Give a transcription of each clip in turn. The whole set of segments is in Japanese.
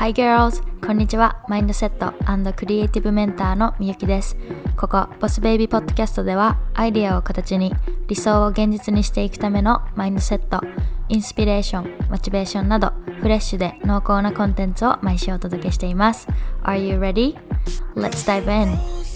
Hi girls! こんにちは。マインドセット&クリエイティブメンターのみゆきです。ここ、ボスベイビーポッドキャストでは、アイデアを形に理想を現実にしていくためのマインドセット、インスピレーション、モチベーションなど、フレッシュで濃厚なコンテンツを毎週お届けしています。Are you ready? Let's dive in!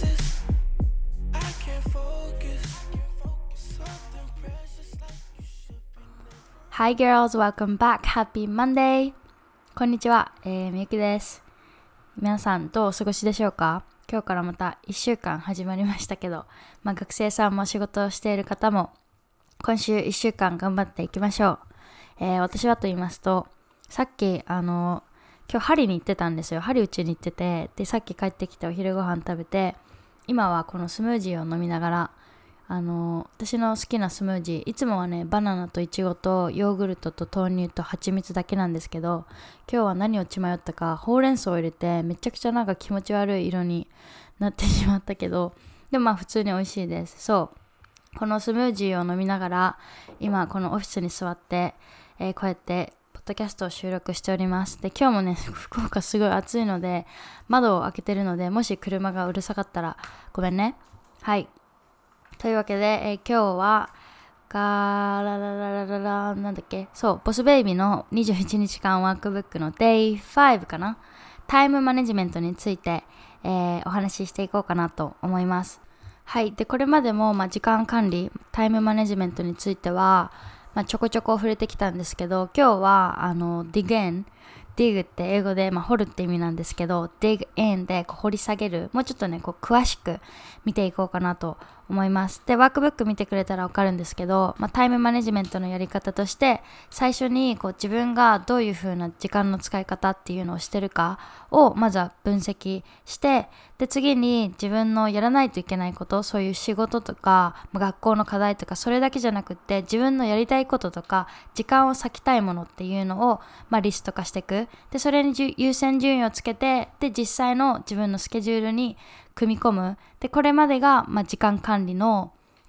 Hi girls! Welcome back! Happy Monday! こんにちは、みゆきです。皆さんどうお過ごしでしょうか？今日からまた1週間始まりましたけど、学生さんも仕事をしている方も今週1週間頑張っていきましょう。私はと言いますと、さっき今日針に行ってたんですよ。針打ちに行ってて、でさっき帰ってきてお昼ご飯食べて、今はこのスムージーを飲みながら私の好きなスムージー、いつもはねバナナとイチゴとヨーグルトと豆乳と蜂蜜だけなんですけど、今日は何を血迷ったかほうれん草を入れて、めちゃくちゃなんか気持ち悪い色になってしまったけど、でも普通に美味しいです。そうこのスムージーを飲みながら今このオフィスに座って、こうやってポッドキャストを収録しております。で今日もね福岡すごい暑いので窓を開けてるので、もし車がうるさかったらごめんね。はい、というわけで、今日はなんだっけ、ボスベイビーの21日間ワークブックの Day5 かな、タイムマネジメントについて、お話ししていこうかなと思います。はい、でこれまでも、時間管理、タイムマネジメントについては、ちょこちょこ触れてきたんですけど、今日はdig って英語で、掘るって意味なんですけど、dig in で掘り下げる、もうちょっとね詳しく見ていこうかなと思います。でワークブック見てくれたらわかるんですけど、タイムマネジメントのやり方として、最初に自分がどういう風な時間の使い方っていうのをしてるかをまずは分析して、で次に自分のやらないといけないこと、そういう仕事とか、学校の課題とか、それだけじゃなくって自分のやりたいこととか時間を割きたいものっていうのを、リスト化していく。でそれに優先順位をつけて、で実際の自分のスケジュールに組み込む。でこれまでが、時間管理の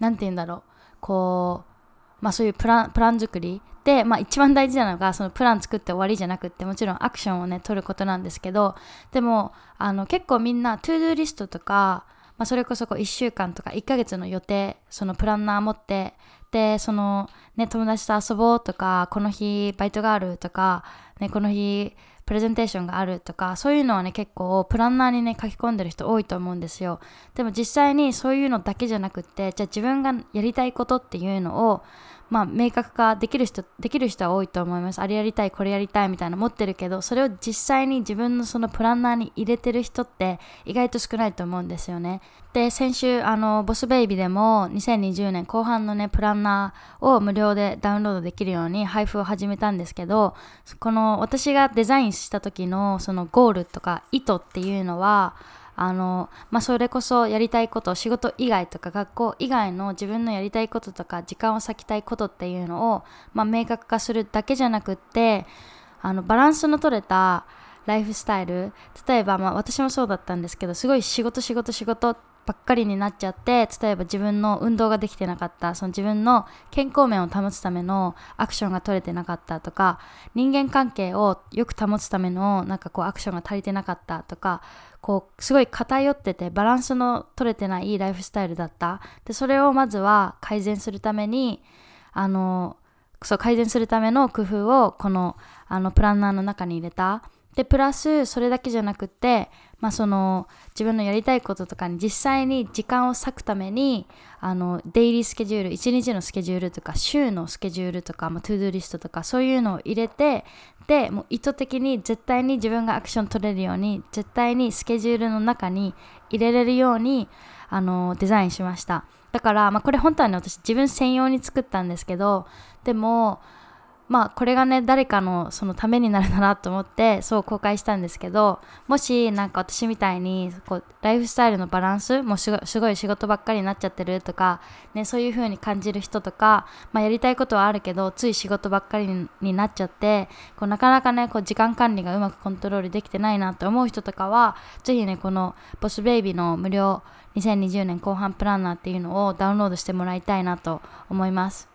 そういうプラン作りで、一番大事なのがそのプラン作って終わりじゃなくって、もちろんアクションをね取ることなんですけど、でも結構みんなトゥードゥーリストとか、それこそ1週間とか1ヶ月の予定、そのプランナー持って、で友達と遊ぼうとか、この日バイトがあるとか、この日プレゼンテーションがあるとか、そういうのはね結構プランナーにね書き込んでる人多いと思うんですよ。でも実際にそういうのだけじゃなくって、じゃあ自分がやりたいことっていうのを明確化できる人は多いと思います。あれやりたい、これやりたいみたいな持ってるけど、それを実際に自分のそのプランナーに入れてる人って意外と少ないと思うんですよね。で先週ボスベイビーでも2020年後半のねプランナーを無料でダウンロードできるように配布を始めたんですけど、この私がデザインした時のそのゴールとか意図っていうのは、それこそやりたいこと、仕事以外とか学校以外の自分のやりたいこととか時間を割きたいことっていうのを、明確化するだけじゃなくって、バランスの取れたライフスタイル、例えば私もそうだったんですけど、すごい仕事ばっかりになっちゃって、例えば自分の運動ができてなかった、その自分の健康面を保つためのアクションが取れてなかったとか、人間関係をよく保つためのアクションが足りてなかったとか、すごい偏っててバランスの取れてないライフスタイルだった。でそれをまずは改善するために改善するための工夫をこのプランナーの中に入れた。でプラスそれだけじゃなくって、自分のやりたいこととかに実際に時間を割くためにデイリースケジュール、1日のスケジュールとか週のスケジュールとか、トゥードゥリストとか、そういうのを入れて、でもう意図的に絶対に自分がアクション取れるように、絶対にスケジュールの中に入れれるようにデザインしました。だから、これ本当はね私自分専用に作ったんですけど、でもこれがね誰かのそのためになるならと思ってそう公開したんですけど、もし私みたいにライフスタイルのバランスもうすごい仕事ばっかりになっちゃってるとか、そういう風に感じる人とか、やりたいことはあるけどつい仕事ばっかりになっちゃって、なかなかね時間管理がうまくコントロールできてないなと思う人とかは、ぜひねこのボスベイビーの無料2020年後半プランナーっていうのをダウンロードしてもらいたいなと思います。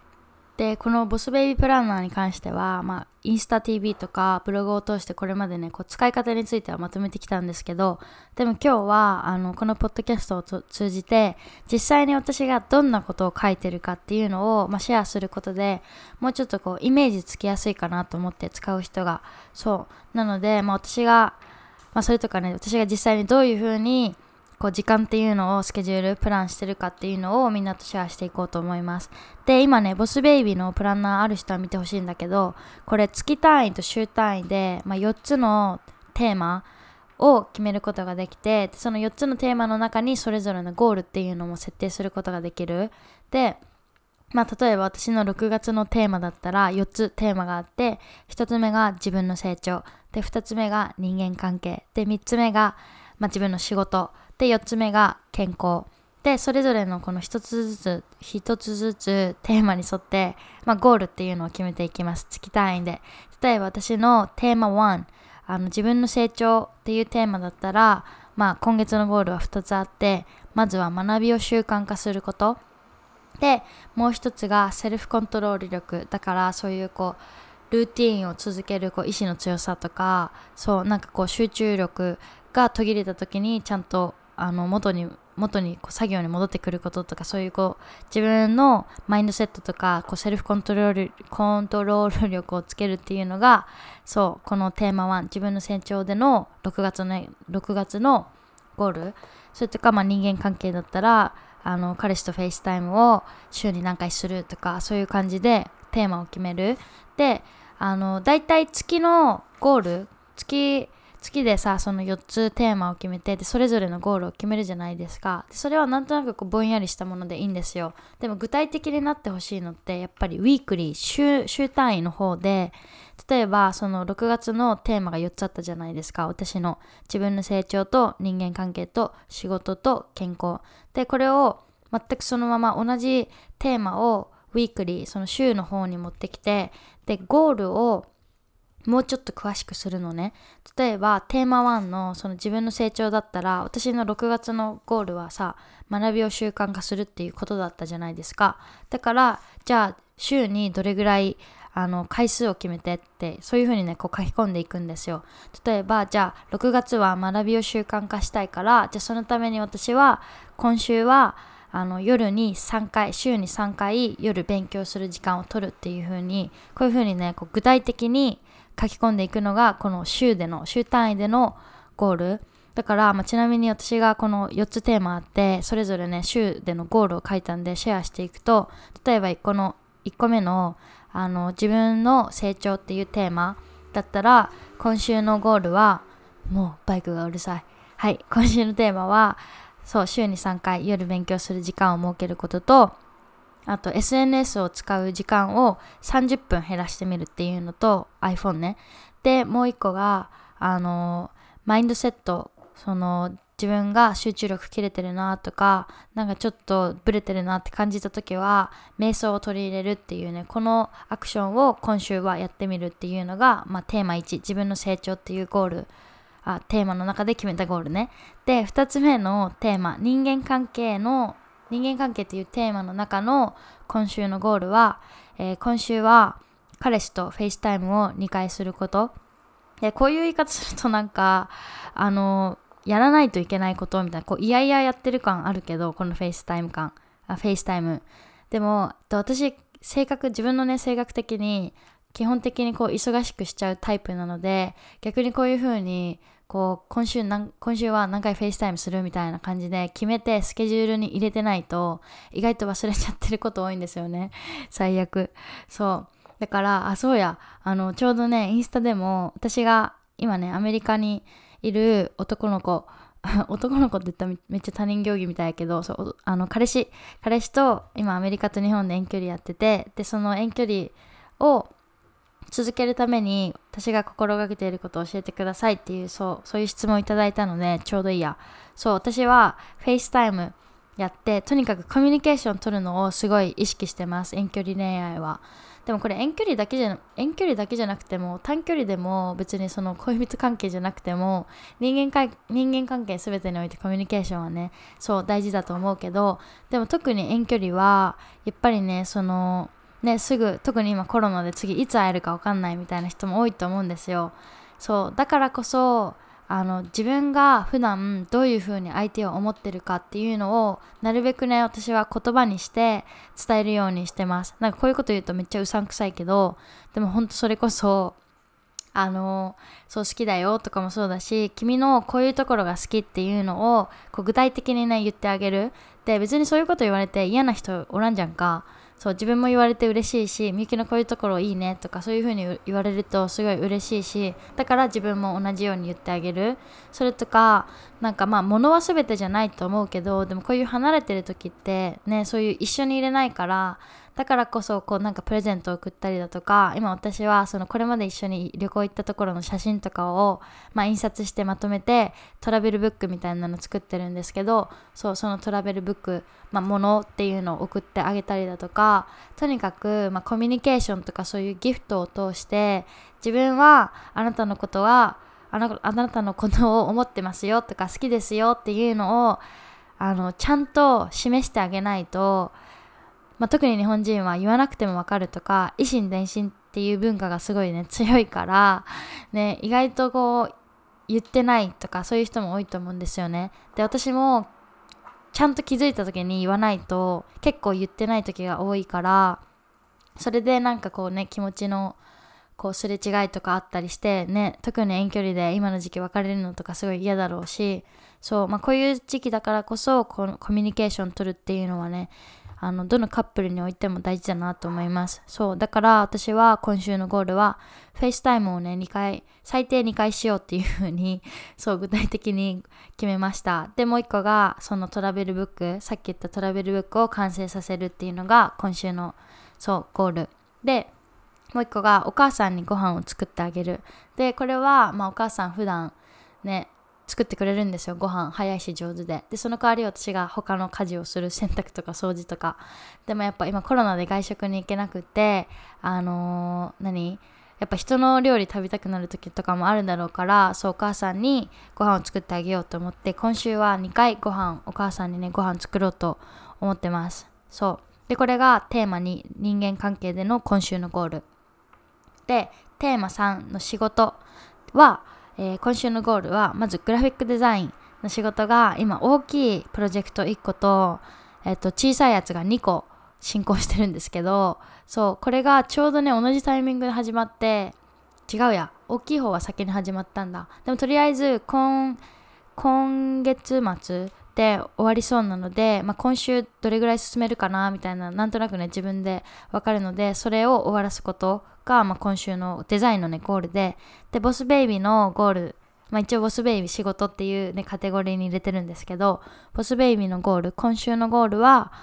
でこのボスベイビープランナーに関しては、インスタ TV とかブログを通してこれまでねこう使い方についてはまとめてきたんですけど、でも今日はこのポッドキャストを通じて実際に私がどんなことを書いてるかっていうのを、シェアすることでもうちょっとこうイメージつきやすいかなと思って使う人がそうなので、私が、それとかね私が実際にどういう風にこう時間っていうのをスケジュールプランしてるかっていうのをみんなとシェアしていこうと思います。で今ねボスベイビーのプランナーある人は見てほしいんだけど、これ月単位と週単位で、4つのテーマを決めることができて、その4つのテーマの中にそれぞれのゴールっていうのも設定することができる。で例えば私の6月のテーマだったら4つテーマがあって、1つ目が自分の成長で、2つ目が人間関係で、3つ目が、自分の仕事で、4つ目が健康で、それぞれのこの一つずつテーマに沿って、ゴールっていうのを決めていきます。月単位で。例えば私のテーマ1、自分の成長っていうテーマだったら、今月のゴールは2つあって、まずは学びを習慣化することで、もう一つがセルフコントロール力だから、そういうこうルーティーンを続ける意志の強さとか、集中力が途切れた時にちゃんと元に作業に戻ってくることとか、そういう自分のマインドセットとかセルフコントロール力をつけるっていうのが、このテーマ1、自分の成長での6月のゴール。それとか人間関係だったら彼氏とフェイスタイムを週に何回するとか、そういう感じでテーマを決める。でだいたい月のゴール、月でさその4つテーマを決めて、でそれぞれのゴールを決めるじゃないですか。でそれはなんとなくぼんやりしたものでいいんですよ。でも具体的になってほしいのってやっぱりウィークリー週単位の方で、例えばその6月のテーマが4つあったじゃないですか。私の自分の成長と人間関係と仕事と健康で、これを全くそのまま同じテーマをウィークリーその週の方に持ってきて、でゴールをもうちょっと詳しくするのね。例えばテーマ1のその自分の成長だったら、私の6月のゴールはさ学びを習慣化するっていうことだったじゃないですか。だからじゃあ週にどれぐらい回数を決めてって、そういう風にね書き込んでいくんですよ。例えばじゃあ6月は学びを習慣化したいから、じゃあそのために私は今週は夜に3回週に3回夜勉強する時間を取るっていう風に、こういう風にね具体的に書き込んでいくのがこの週単位でのゴールだから、ちなみに私がこの4つテーマあって、それぞれね週でのゴールを書いたんでシェアしていくと、例えばこの1個目の自分の成長っていうテーマだったら、今週のゴールはもうバイクがうるさい。はい、今週のテーマは週に3回夜勉強する時間を設けることと、あと SNS を使う時間を30分減らしてみるっていうのと iPhone ね。でもう一個がマインドセット、自分が集中力切れてるなとか、ちょっとブレてるなって感じた時は瞑想を取り入れるっていうね、このアクションを今週はやってみるっていうのが、テーマ1、自分の成長っていうゴール、テーマの中で決めたゴールね。で2つ目のテーマ、人間関係っていうテーマの中の今週のゴールは、今週は彼氏とフェイスタイムを2回すること。でこういう言い方するとやらないといけないことみたいな、いやいややってる感あるけど、このフェイスタイムでも私自分のね性格的に基本的に忙しくしちゃうタイプなので、逆にこういう風に今週は何回フェイスタイムするみたいな感じで決めてスケジュールに入れてないと意外と忘れちゃってること多いんですよね。最悪。だからそうやちょうどねインスタでも、私が今ねアメリカにいる男の子って言ったらめっちゃ他人行儀みたいやけど、彼氏と今アメリカと日本で遠距離やってて、でその遠距離を続けるために私が心がけていることを教えてくださいっていう、そういう質問をいただいたのでちょうどいいや。私はフェイスタイムやって、とにかくコミュニケーション取るのをすごい意識してます、遠距離恋愛は。でもこれ遠距離だけじゃなくても、短距離でも別にその恋人関係じゃなくても、人間関係全てにおいてコミュニケーションはね大事だと思うけど、でも特に遠距離はやっぱりねね、すぐ、特に今コロナで次いつ会えるか分かんないみたいな人も多いと思うんですよ。そうだからこそ自分が普段どういう風に相手を思ってるかっていうのをなるべくね、私は言葉にして伝えるようにしてます。なんかこういうこと言うとめっちゃうさんくさいけど、でもほんとそれこそそう好きだよとかもそうだし、君のこういうところが好きっていうのをこう具体的にね言ってあげる。で、別にそういうこと言われて嫌な人おらんじゃんか。そう、自分も言われて嬉しいし、みゆきのこういうところいいねとかそういう風に言われるとすごい嬉しいし、だから自分も同じように言ってあげる。それとか、なんかまあ物は全てじゃないと思うけど、でもこういう離れてる時ってね、そういう一緒にいれないから、だからこそこうなんかプレゼントを送ったりだとか、今私はそのこれまで一緒に旅行行ったところの写真とかを印刷してまとめてトラベルブックみたいなの作ってるんですけど、そのトラベルブック、ものっていうのを送ってあげたりだとか、とにかくコミュニケーションとかそういうギフトを通して、自分はあなたのことはあなたのことを思ってますよとか好きですよっていうのをちゃんと示してあげないと、特に日本人は言わなくてもわかるとか、以心伝心っていう文化がすごいね強いからね、意外とこう言ってないとかそういう人も多いと思うんですよね。で、私もちゃんと気づいた時に言わないと結構言ってない時が多いから、それでなんかこうね、気持ちのこうすれ違いとかあったりしてね、特に遠距離で今の時期別れるのとかすごい嫌だろうし、そう、こういう時期だからこそこのコミュニケーション取るっていうのはね、どのカップルにおいても大事だなと思います。そうだから私は今週のゴールはフェイスタイムをね最低2回しようっていう風にそう具体的に決めました。で、もう一個がそのトラベルブック、さっき言ったトラベルブックを完成させるっていうのが今週のゴールで、もう一個がお母さんにご飯を作ってあげる。で、これはお母さん普段ね作ってくれるんですよ。ご飯早いし上手で。で、その代わり私が他の家事をする、洗濯とか掃除とか。でもやっぱ今コロナで外食に行けなくって、やっぱ人の料理食べたくなる時とかもあるんだろうから、そうお母さんにご飯を作ってあげようと思って、今週は2回お母さんにねご飯作ろうと思ってます。そうで、これがテーマ2、人間関係での今週のゴールで、テーマ3の仕事は、今週のゴールはまずグラフィックデザインの仕事が今大きいプロジェクト1個と、小さいやつが2個進行してるんですけど、そうこれがちょうどね同じタイミングで始まって、違うや、大きい方は先に始まったんだ。でもとりあえず今月末で終わりそうなので、今週どれぐらい進めるかなみたいな、なんとなくね自分でわかるので、それを終わらすことが、今週のデザインのねゴールで、ボスベイビーのゴール、一応ボスベイビー仕事っていうねカテゴリーに入れてるんですけど、ボスベイビーのゴール、今週のゴールは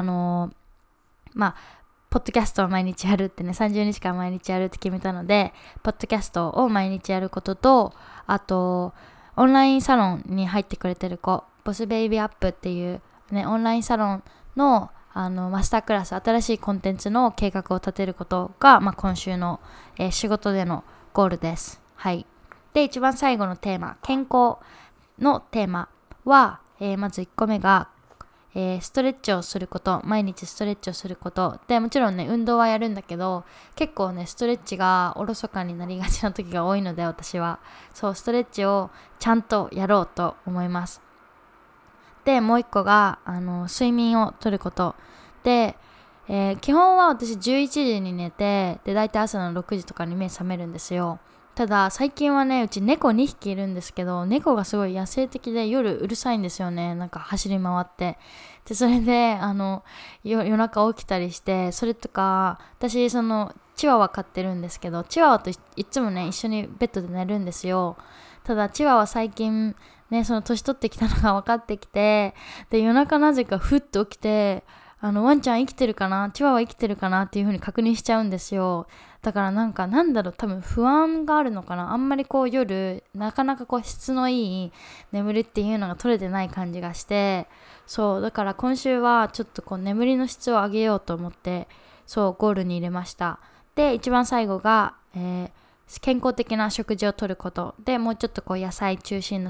ポッドキャストを毎日やるってね、30日間毎日やるって決めたので、ポッドキャストを毎日やることと、あとオンラインサロンに入ってくれてる子、ボスベイビーアップっていうねオンラインサロンのマスタークラス、新しいコンテンツの計画を立てることが、今週の、仕事でのゴールです。はい。で、一番最後のテーマ、健康のテーマは、まず1個目が、ストレッチをすること、毎日ストレッチをすることで、もちろんね運動はやるんだけど、結構ねストレッチがおろそかになりがちな時が多いので、私はそうストレッチをちゃんとやろうと思います。で、もう一個が睡眠をとることで、基本は私11時に寝て、で大体朝の6時とかに目覚めるんですよ。ただ最近はね、うち猫2匹いるんですけど、猫がすごい野生的で夜うるさいんですよね。なんか走り回って、でそれで夜中起きたりして、それとか私チワワ飼ってるんですけど、チワワといつもね一緒にベッドで寝るんですよ。ただチワワ最近ね、その年取ってきたのが分かってきて、で夜中なぜかふっと起きて、ワンちゃん生きてるかな、チワワ生きてるかなっていう風に確認しちゃうんですよ。だからなんだろう、多分不安があるのかな。あんまりこう夜なかなかこう質のいい眠りっていうのが取れてない感じがして、そうだから今週はちょっとこう眠りの質を上げようと思って、そうゴールに入れました。で、一番最後が、健康的な食事をとることで、もうちょっとこう野菜中心の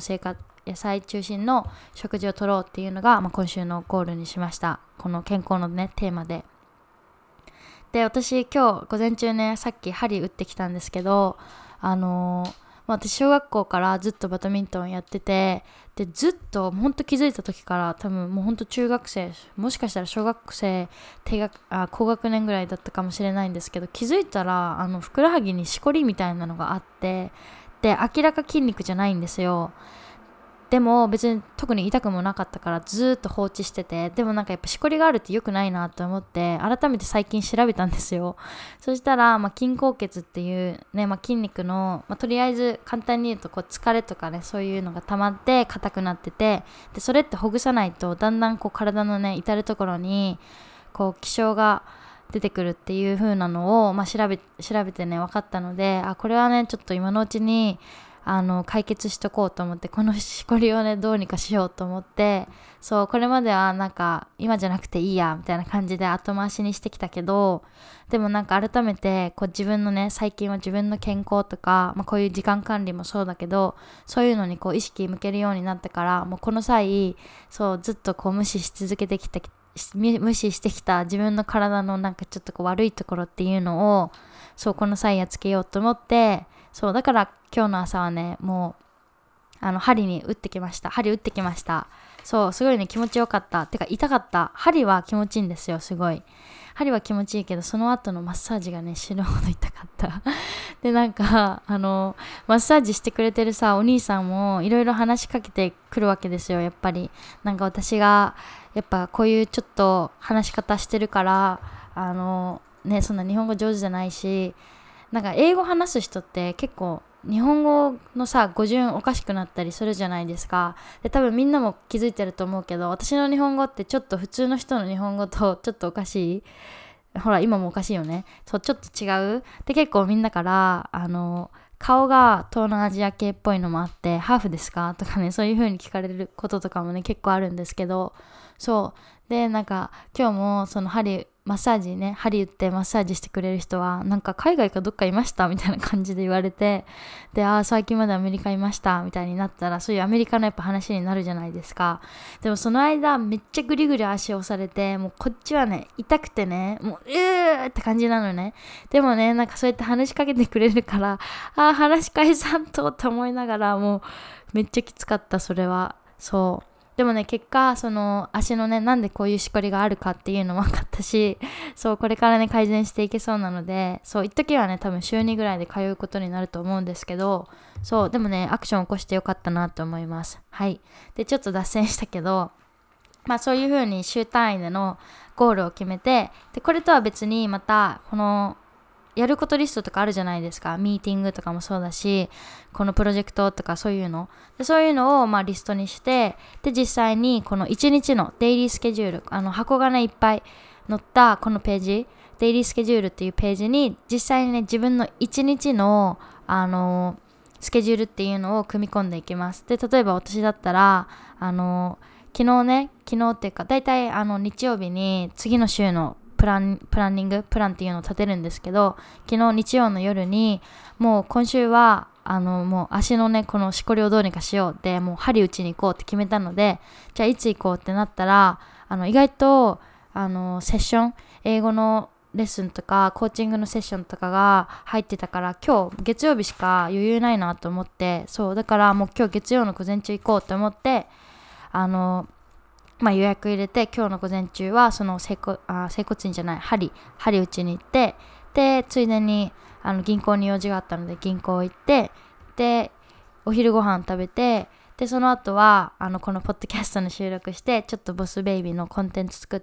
食事をとろうっていうのが、今週のゴールにしました。この健康のねテーマで。 で、私今日午前中ね、さっき針打ってきたんですけど、私小学校からずっとバドミントンやってて、でずっとほんと気づいた時から多分もうほんと中学生、もしかしたら小学生高学年ぐらいだったかもしれないんですけど、気づいたらふくらはぎにしこりみたいなのがあって、で明らか筋肉じゃないんですよ。でも別に特に痛くもなかったからずーっと放置してて、でもなんかやっぱしこりがあるって良くないなと思って改めて最近調べたんですよ。そしたら、筋硬血っていうね、筋肉の、とりあえず簡単に言うとこう疲れとかね、そういうのが溜まって硬くなってて、でそれってほぐさないとだんだんこう体のね至るところにこう気象が出てくるっていう風なのを、調べてね分かったので、これはねちょっと今のうちに解決しとこうと思って、このしこりをねどうにかしようと思って、そうこれまではなんか今じゃなくていいやみたいな感じで後回しにしてきたけど、でもなんか改めてこう自分のね、最近は自分の健康とか、こういう時間管理もそうだけど、そういうのにこう意識向けるようになってから、もうこの際そうずっとこう無視してきた自分の体のなんかちょっとこう悪いところっていうのを、そうこの際やっつけようと思って、そうだから今日の朝はね、もう針打ってきました。そうすごいね気持ちよかった。てか痛かった。針は気持ちいいんですよ。すごい針は気持ちいいけど、その後のマッサージがね死ぬほど痛かったでなんかマッサージしてくれてるさお兄さんもいろいろ話しかけてくるわけですよ。やっぱりなんか私がやっぱこういうちょっと話し方してるからそんな日本語上手じゃないし、なんか英語話す人って結構日本語のさ語順おかしくなったりするじゃないですか。で多分みんなも気づいてると思うけど、私の日本語ってちょっと普通の人の日本語とちょっとおかしい。ほら今もおかしいよね。そうちょっと違う。で結構みんなから顔が東南アジア系っぽいのもあって、ハーフですかとかね、そういう風に聞かれることとかもね結構あるんですけど、そうでなんか今日もその針打ってマッサージしてくれる人はなんか海外かどっかいましたみたいな感じで言われて、で最近までアメリカいましたみたいになったら、そういうアメリカのやっぱ話になるじゃないですか。でもその間めっちゃグリグリ足を押されて、もうこっちはね痛くてね、もうって感じなのね。でもねなんかそうやって話しかけてくれるから、話し返さんとって思いながら、もうめっちゃきつかった。それはそうでもね結果その足のねなんでこういうしこりがあるかっていうの分かったし、そうこれからね改善していけそうなので、そう一時はね多分週2ぐらいで通うことになると思うんですけど、そうでもねアクション起こしてよかったなと思います。はい。でちょっと脱線したけど、そういう風に週単位でのゴールを決めて、でこれとは別にまたこのやることリストとかあるじゃないですか。ミーティングとかもそうだし、このプロジェクトとかそういうのをリストにして、で実際にこの1日のデイリースケジュール、箱がねいっぱい載ったこのページ、デイリースケジュールっていうページに実際にね自分の1日のスケジュールっていうのを組み込んでいきます。で例えば私だったら昨日っていうかだいたい日曜日に次の週のプランっていうのを立てるんですけど、昨日日曜の夜にもう今週はもう足のねこのしこりをどうにかしようで、もう針打ちに行こうって決めたので、じゃあいつ行こうってなったら意外とセッション、英語のレッスンとかコーチングのセッションとかが入ってたから、今日月曜日しか余裕ないなと思って、そうだからもう今日月曜の午前中行こうと思って予約入れて、今日の午前中はその整骨院じゃない針打ちに行って、でついでに銀行に用事があったので銀行行って、でお昼ご飯食べて、でその後はこのポッドキャストの収録して、ちょっとボスベイビーのコンテンツ作って、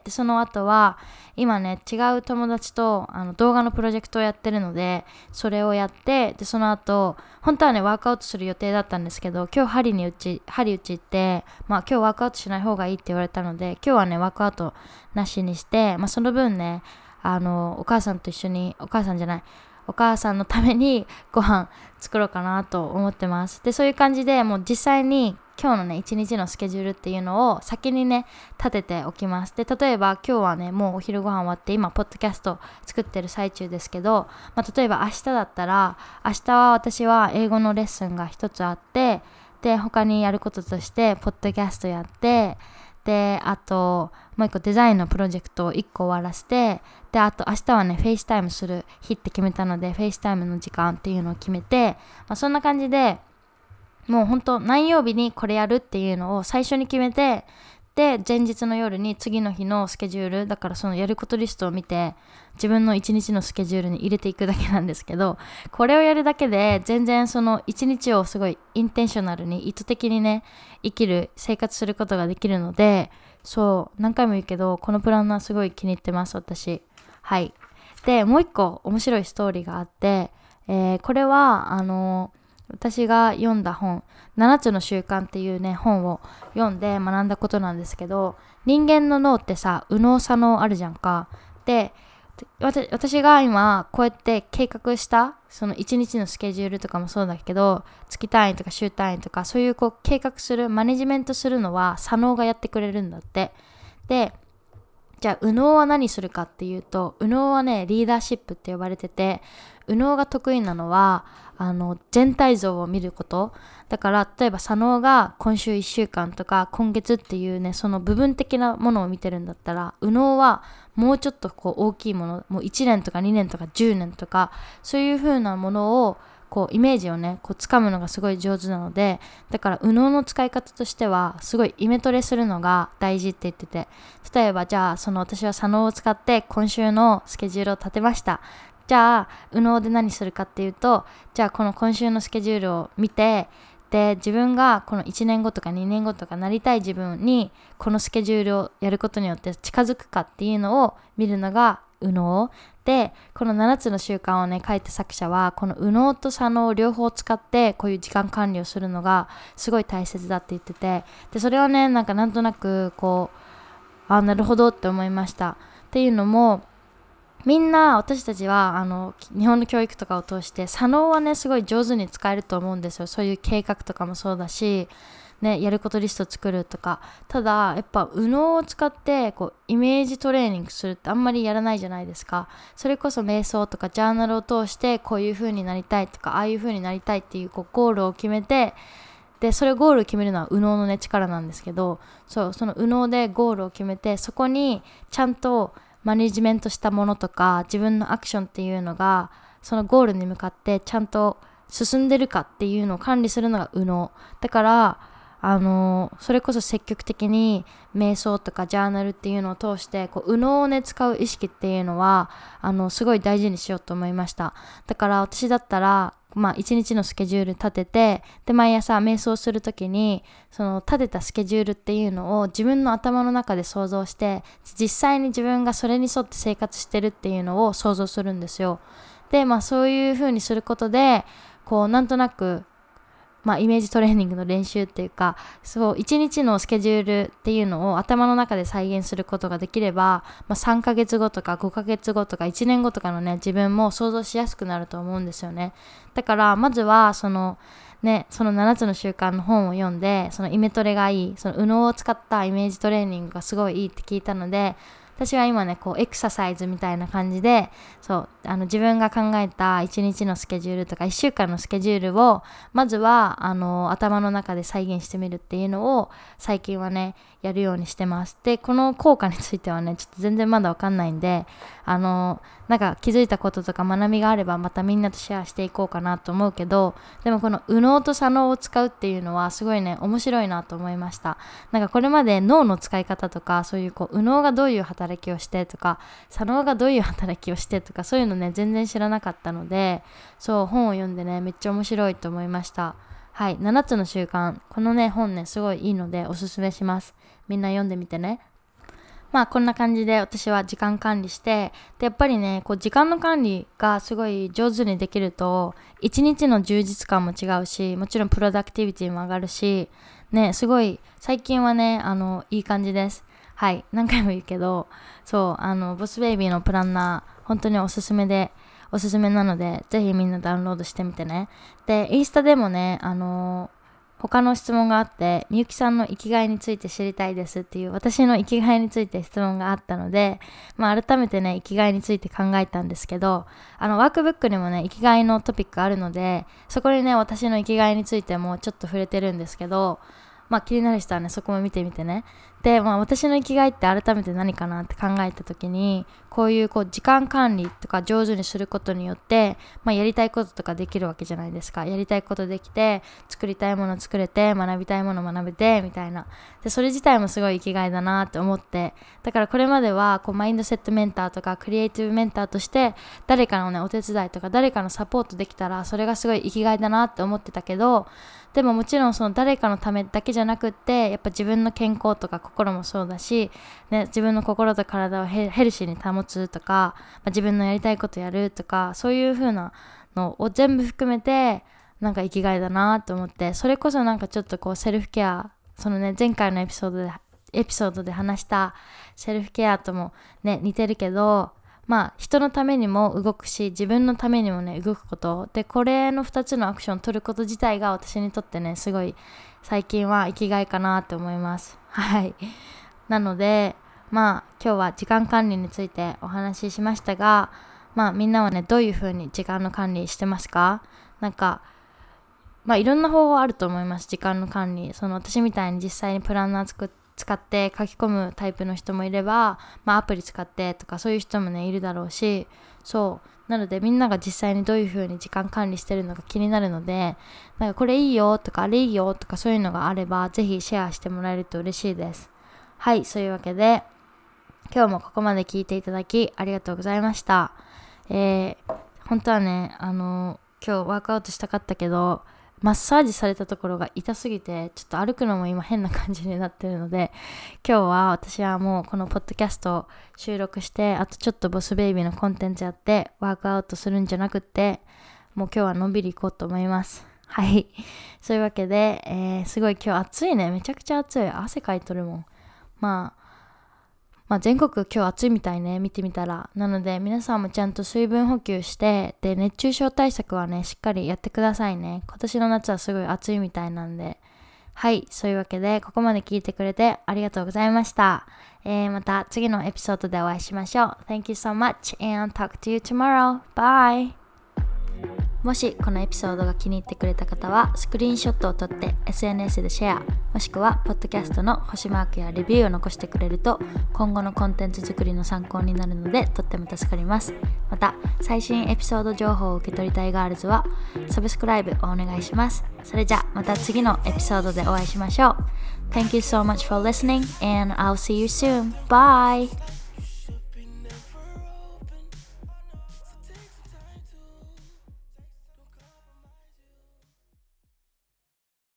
でその後は今ね違う友達と動画のプロジェクトをやってるので、それをやって、でその後本当はねワークアウトする予定だったんですけど、今日針打ち行って、今日ワークアウトしない方がいいって言われたので、今日はねワークアウトなしにして、その分ねお母さんと一緒に、お母さんのためにご飯作ろうかなと思ってます。でそういう感じでもう実際に今日のね一日のスケジュールっていうのを先にね立てておきます。で例えば今日はねもうお昼ご飯終わって今ポッドキャスト作ってる最中ですけど、例えば明日だったら、明日は私は英語のレッスンが一つあって、で他にやることとしてポッドキャストやって、 であともう一個デザインのプロジェクトを1個終わらせて、であと明日はねフェイスタイムする日って決めたので、フェイスタイムの時間っていうのを決めて、そんな感じでもうほんと何曜日にこれやるっていうのを最初に決めて、で前日の夜に次の日のスケジュールだから、そのやることリストを見て自分の一日のスケジュールに入れていくだけなんですけど、これをやるだけで全然その一日をすごいインテンショナルに意図的にね生きる生活することができるので、そう何回も言うけどこのプランナーすごい気に入ってます私。はい。でもう一個面白いストーリーがあって、これは私が読んだ本7つの習慣っていうね本を読んで学んだことなんですけど、人間の脳ってさ右脳左脳あるじゃんか。で私が今こうやって計画したその1日のスケジュールとかもそうだけど、月単位とか週単位とかそういうこう計画するマネジメントするのは左脳がやってくれるんだって。でじゃあ右脳は何するかっていうと、右脳はねリーダーシップって呼ばれてて、右脳が得意なのは全体像を見ること。だから例えば左脳が今週1週間とか今月っていうねその部分的なものを見てるんだったら、右脳はもうちょっとこう大きいもの、もう1年とか2年とか10年とかそういう風なものをこうイメージをねこう掴むのがすごい上手なので、だから右脳の使い方としてはすごいイメトレするのが大事って言ってて、例えばじゃあ私は左脳を使って今週のスケジュールを立てました。じゃあ右脳で何するかっていうと、じゃあこの今週のスケジュールを見て、で自分がこの1年後とか2年後とかなりたい自分にこのスケジュールをやることによって近づくかっていうのを見るのが右脳で、この7つの習慣をね書いた作者はこの右脳と左脳を両方使ってこういう時間管理をするのがすごい大切だって言ってて、でそれはねなんとなくこうなるほどって思いました。っていうのもみんな私たちは日本の教育とかを通して左脳はねすごい上手に使えると思うんですよ。そういう計画とかもそうだし、ね、やることリスト作るとか。ただやっぱ右脳を使ってこうイメージトレーニングするってあんまりやらないじゃないですか。それこそ瞑想とかジャーナルを通してこういう風になりたいとかああいう風になりたいっていうこうゴールを決めて、でそれゴールを決めるのは右脳のね力なんですけど、その右脳でゴールを決めてそこにちゃんとマネジメントしたものとか自分のアクションっていうのがそのゴールに向かってちゃんと進んでるかっていうのを管理するのが右脳だから、それこそ積極的に瞑想とかジャーナルっていうのを通してこう右脳をね使う意識っていうのはすごい大事にしようと思いました。だから私だったら一日のスケジュール立てて、で毎朝瞑想するときにその立てたスケジュールっていうのを自分の頭の中で想像して、実際に自分がそれに沿って生活してるっていうのを想像するんですよ。でそういう風にすることでこうなんとなくイメージトレーニングの練習っていうか、そう1日のスケジュールっていうのを頭の中で再現することができれば、3ヶ月後とか5ヶ月後とか1年後とかのね自分も想像しやすくなると思うんですよね。だからまずはその7つの習慣の本を読んで、そのイメトレがいい、その右脳を使ったイメージトレーニングがすごいいいって聞いたので、私は今ねこうエクササイズみたいな感じで自分が考えた1日のスケジュールとか1週間のスケジュールをまずは頭の中で再現してみるっていうのを最近はねやるようにしてます。でこの効果についてはねちょっと全然まだわかんないんで、なんか気づいたこととか学びがあればまたみんなとシェアしていこうかなと思うけど、でもこの右脳と左脳を使うっていうのはすごいね面白いなと思いました。なんかこれまで脳の使い方とかそういう右脳がどういう働きをしてとか左脳がどういう働きをしてとかそういうのね全然知らなかったので、本を読んでねめっちゃ面白いと思いました。はい、7つの習慣、このね本ねすごいいいのでおすすめします。みんな読んでみてね。こんな感じで私は時間管理して、でやっぱりねこう時間の管理がすごい上手にできると一日の充実感も違うし、もちろんプロダクティビティも上がるしね、すごい最近はねいい感じです。はい、何回も言うけどボスベイビーのプランナー本当におすすめなのでぜひみんなダウンロードしてみてね。でインスタでもね他の質問があって、みゆきさんの生きがいについて知りたいですっていう私の生きがいについて質問があったので、改めてね生きがいについて考えたんですけど、ワークブックにもね生きがいのトピックあるので、そこにね私の生きがいについてもちょっと触れてるんですけど、気になる人はねそこも見てみてね。 で、私の生きがいって改めて何かなって考えた時に、こういう時間管理とか上手にすることによって、やりたいこととかできるわけじゃないですか。やりたいことできて、作りたいもの作れて、学びたいもの学べてみたいな。でそれ自体もすごい生きがいだなって思って、だからこれまではマインドセットメンターとかクリエイティブメンターとして誰かのねお手伝いとか誰かのサポートできたら、それがすごい生きがいだなって思ってたけど、でももちろんその誰かのためだけじゃなくって、やっぱ自分の健康とか心もそうだし、ね、自分の心と体をヘルシーに保つとか、自分のやりたいことやるとか、そういう風なのを全部含めてなんか生きがいだなと思って、それこそなんかちょっとセルフケア、そのね前回のエピソードで話したセルフケアともね似てるけど、人のためにも動くし、自分のためにもね動くことで、これの2つのアクションを取ること自体が私にとってねすごい最近は生きがいかなと思います。はい。なので今日は時間管理についてお話ししましたが、みんなはねどういう風に時間の管理してますか？なんかいろんな方法あると思います。時間の管理、その私みたいに実際にプランナー使って書き込むタイプの人もいれば、アプリ使ってとかそういう人もねいるだろうし、そうなのでみんなが実際にどういう風に時間管理してるのか気になるので、なんかこれいいよとかあれいいよとかそういうのがあればぜひシェアしてもらえると嬉しいです。はい、そういうわけで今日もここまで聞いていただきありがとうございました。本当はね今日ワークアウトしたかったけど、マッサージされたところが痛すぎてちょっと歩くのも今変な感じになってるので、今日は私はもうこのポッドキャストを収録して、あとちょっとボスベイビーのコンテンツやってワークアウトするんじゃなくって、もう今日はのんびり行こうと思います。はい、そういうわけで、すごい今日暑いね。めちゃくちゃ暑い。汗かいとるもん。全国今日暑いみたいね、見てみたら。なので皆さんもちゃんと水分補給して、で熱中症対策はねしっかりやってくださいね。今年の夏はすごい暑いみたいなんで。はい、そういうわけでここまで聞いてくれてありがとうございました。また次のエピソードでお会いしましょう。Thank you so much and talk to you tomorrow. Bye! もしこのエピソードが気に入ってくれた方はスクリーンショットを撮って SNS でシェア、もしくはポッドキャストの星マークやレビューを残してくれると今後のコンテンツ作りの参考になるのでとっても助かります。また最新エピソード情報を受け取りたいガールズはサブスクライブをお願いします。それじゃまた次のエピソードでお会いしましょう。Thank you so much for listening and I'll see you soon. Bye!